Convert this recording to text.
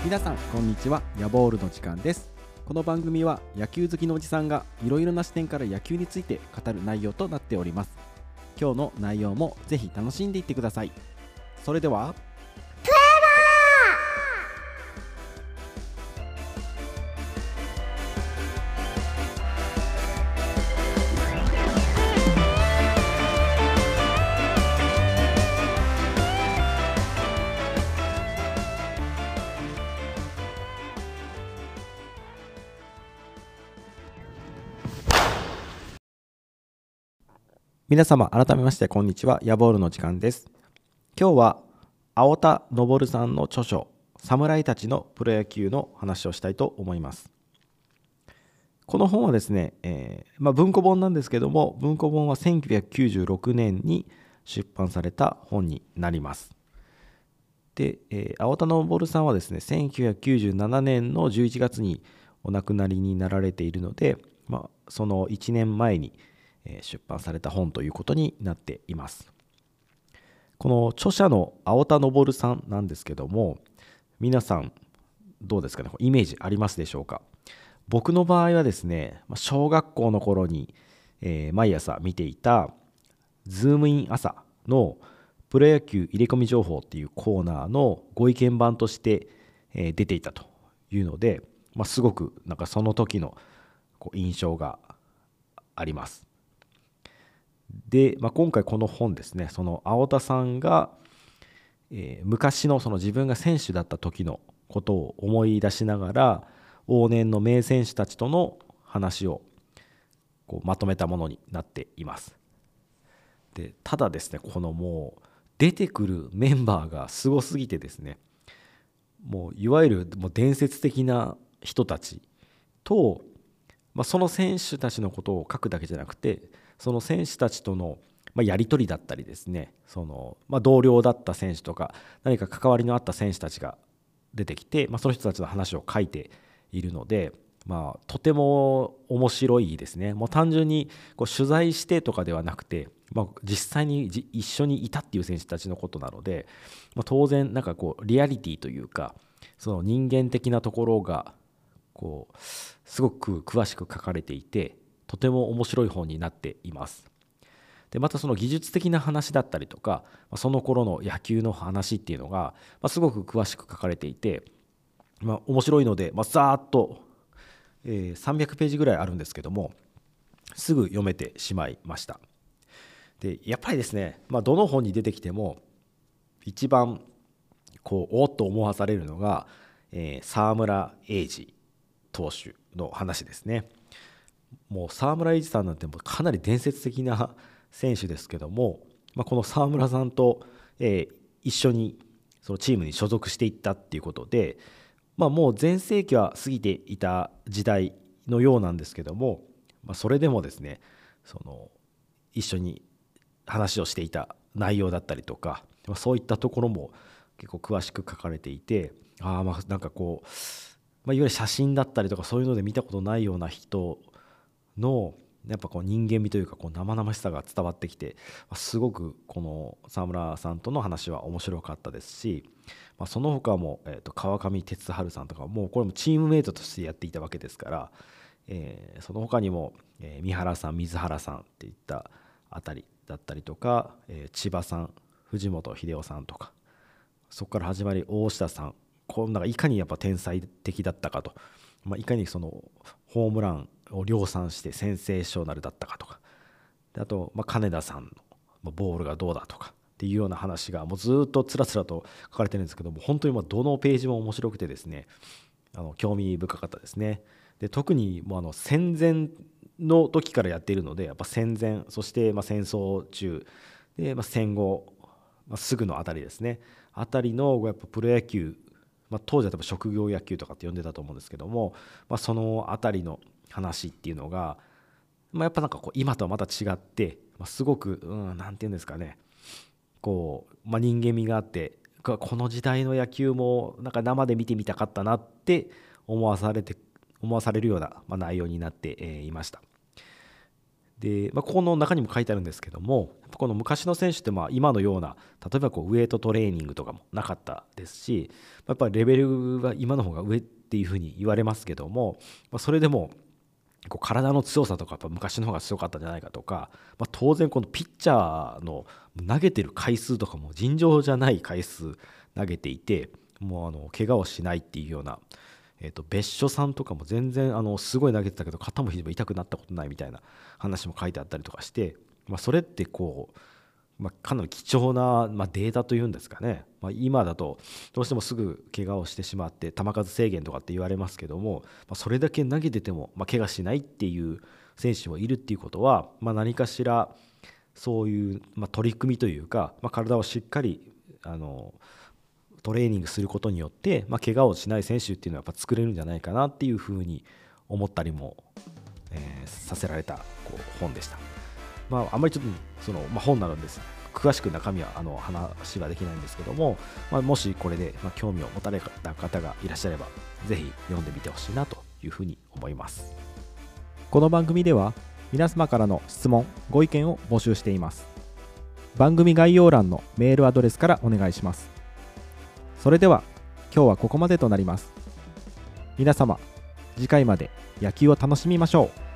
皆さんこんにちは。ヤボールの時間です。この番組は野球好きのおじさんがいろいろな視点から野球について語る内容となっております。今日の内容もぜひ楽しんでいってください。それでは皆様改めましてこんにちは。ヤボールの時間です。今日は青田昇さんの著書侍たちのプロ野球の話をしたいと思います。この本はですね、文庫本なんですけども、文庫本は1996年に出版された本になります。で、青田昇さんはですね、1997年の11月にお亡くなりになられているので、その1年前に出版された本ということになっています。この著者の青田昇さんなんですけども、皆さんどうですかね、イメージありますでしょうか。僕の場合はですね、小学校の頃に、毎朝見ていたズームイン朝のプロ野球入れ込み情報っていうコーナーのご意見番として、出ていたというので、すごくなんかその時の印象があります。で、今回この本ですね、その青田さんが、昔のその自分が選手だった時のことを思い出しながら往年の名選手たちとの話をまとめたものになっています。で、ただですね、このもう出てくるメンバーがすごすぎてですね、もういわゆるもう伝説的な人たちと、その選手たちのことを書くだけじゃなくて、その選手たちとのやり取りだったりですね、その同僚だった選手とか何か関わりのあった選手たちが出てきて、その人たちの話を書いているので、とても面白いですね。もう単純に取材してとかではなくて、実際に一緒にいたっていう選手たちのことなので、当然なんかリアリティというか、その人間的なところがすごく詳しく書かれていて、とても面白い本になっています。で、またその技術的な話だったりとか、その頃の野球の話っていうのが、すごく詳しく書かれていて、面白いので、ざーっと、300ページぐらいあるんですけども、すぐ読めてしまいました。で、やっぱりですね、どの本に出てきても一番おっと思わされるのが、沢村栄治投手の話ですね。もう沢村栄治さんなんてもうかなり伝説的な選手ですけども、この沢村さんと、一緒にそのチームに所属していったっていうことで、もう全盛期は過ぎていた時代のようなんですけども、それでもですね、その一緒に話をしていた内容だったりとか、そういったところも結構詳しく書かれていて、なんかいわゆる写真だったりとかそういうので見たことないような人のやっぱ人間味というか生々しさが伝わってきて、すごくこの沢村さんとの話は面白かったですし、その他も、川上哲治さんとかもうこれもチームメイトとしてやっていたわけですから、その他にも、三原さん水原さんっていったあたりだったりとか、千葉さん藤本秀夫さんとか、そこから始まり大下さん、なんかいかにやっぱ天才的だったかと、いかにそのホームランを量産してセンセーショナルだったかとか、であと、金田さんのボールがどうだとかっていうような話がもうずっとつらつらと書かれてるんですけども、本当にどのページも面白くてですね、興味深かったですね。で、特にもう戦前の時からやっているので、やっぱ戦前、そして戦争中で、戦後、すぐのあたりですね、あたりのやっぱプロ野球、当時は多分職業野球とかって呼んでたと思うんですけども、そのあたりの話っていうのが、やっぱなんか今とはまた違って、すごくなんていうんですかね、人間味があって、この時代の野球もなんか生で見てみたかったなって思わされるような、内容になっていました。 で、ここの中にも書いてあるんですけども、やっぱこの昔の選手って今のような例えばウエイトトレーニングとかもなかったですし、やっぱりレベルは今の方が上っていうふうに言われますけども、それでも体の強さとかやっぱ昔の方が強かったんじゃないかとか、当然このピッチャーの投げてる回数とかも尋常じゃない回数投げていて、もう怪我をしないっていうような、別所さんとかも全然すごい投げてたけど肩も肘も痛くなったことないみたいな話も書いてあったりとかして、それってかなり貴重な、データというんですかね、今だとどうしてもすぐ怪我をしてしまって球数制限とかって言われますけども、それだけ投げてても、怪我しないっていう選手もいるっていうことは、何かしらそういう、取り組みというか、体をしっかりトレーニングすることによって、怪我をしない選手っていうのはやっぱ作れるんじゃないかなっていうふうに思ったりも、させられた本でした。あんまりちょっと本なのです詳しく中身は話はできないんですけども、もしこれで興味を持たれた方がいらっしゃればぜひ読んでみてほしいなというふうに思います。 この番組では皆様からの質問・ご意見を募集しています。番組概要欄のメールアドレスからお願いします。それでは今日はここまでとなります。皆様、次回まで野球を楽しみましょう。